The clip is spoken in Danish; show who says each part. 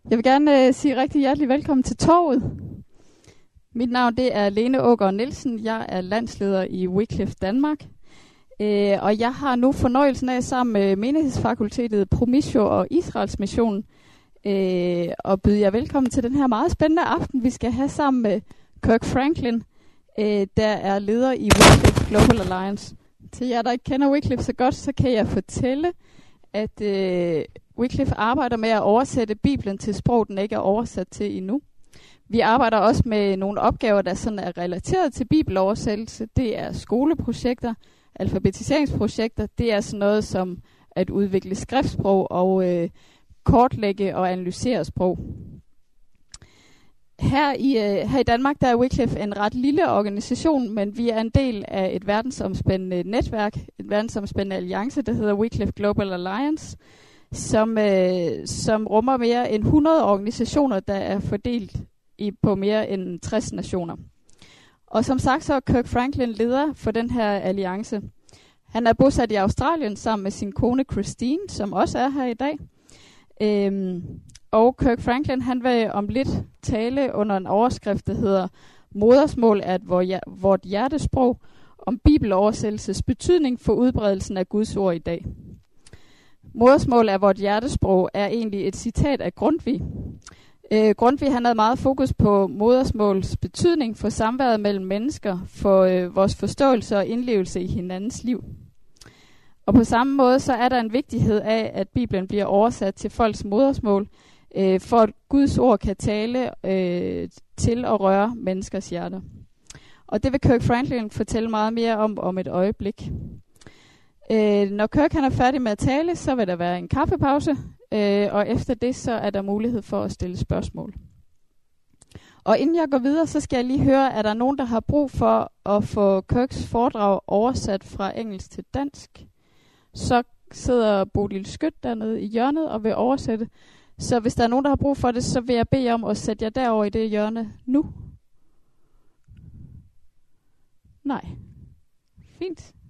Speaker 1: Jeg vil gerne sige rigtig hjertelig velkommen til Torvet. Mit navn det er Lene Aagaard Nielsen. Jeg er landsleder i Wycliffe Danmark. Og jeg har nu fornøjelsen af sammen med menighedsfakultetet Promisio og Israels Mission og byde jer velkommen til den her meget spændende aften, vi skal have sammen med Kirk Franklin, der er leder i Wycliffe Global Alliance. Til jer, der ikke kender Wycliffe så godt, så kan jeg fortælle, at Wycliffe arbejder med at oversætte Bibelen til sprog, den ikke er oversat til endnu. Vi arbejder også med nogle opgaver, der sådan er relateret til bibeloversættelse. Det er skoleprojekter, alfabetiseringsprojekter. Det er sådan noget som at udvikle skriftsprog og kortlægge og analysere sprog. Her i Danmark der er Wycliffe en ret lille organisation, men vi er en del af et verdensomspændende netværk, et verdensomspændende alliance, der hedder Wycliffe Global Alliance, som rummer mere end 100 organisationer, der er fordelt på mere end 60 nationer. Og som sagt så er Kirk Franklin leder for den her alliance. Han er bosat i Australien sammen med sin kone Christine, som også er her i dag. Og Kirk Franklin han vil om lidt tale under en overskrift, der hedder Modersmål er vort hjertesprog, om bibeloversættelses betydning for udbredelsen af Guds ord i dag. Modersmål er vort hjertesprog er egentlig et citat af Grundtvig. Grundtvig han havde meget fokus på modersmåls betydning for samværet mellem mennesker, for vores forståelse og indlevelse i hinandens liv. Og på samme måde så er der en vigtighed af, at Bibelen bliver oversat til folks modersmål, for at Guds ord kan tale til og røre menneskers hjerter. Og det vil Kirk Franklin fortælle meget mere om et øjeblik. Når Kirk han er færdig med at tale, så vil der være en kaffepause, og efter det så er der mulighed for at stille spørgsmål. Og inden jeg går videre, så skal jeg lige høre, er der nogen, der har brug for at få Kirks foredrag oversat fra engelsk til dansk? Så sidder Bodil Skødt dernede i hjørnet og vil oversætte. Så hvis der er nogen, der har brug for det, så vil jeg bede jer om at sætte jer derover i det hjørne nu. Nej. Fint.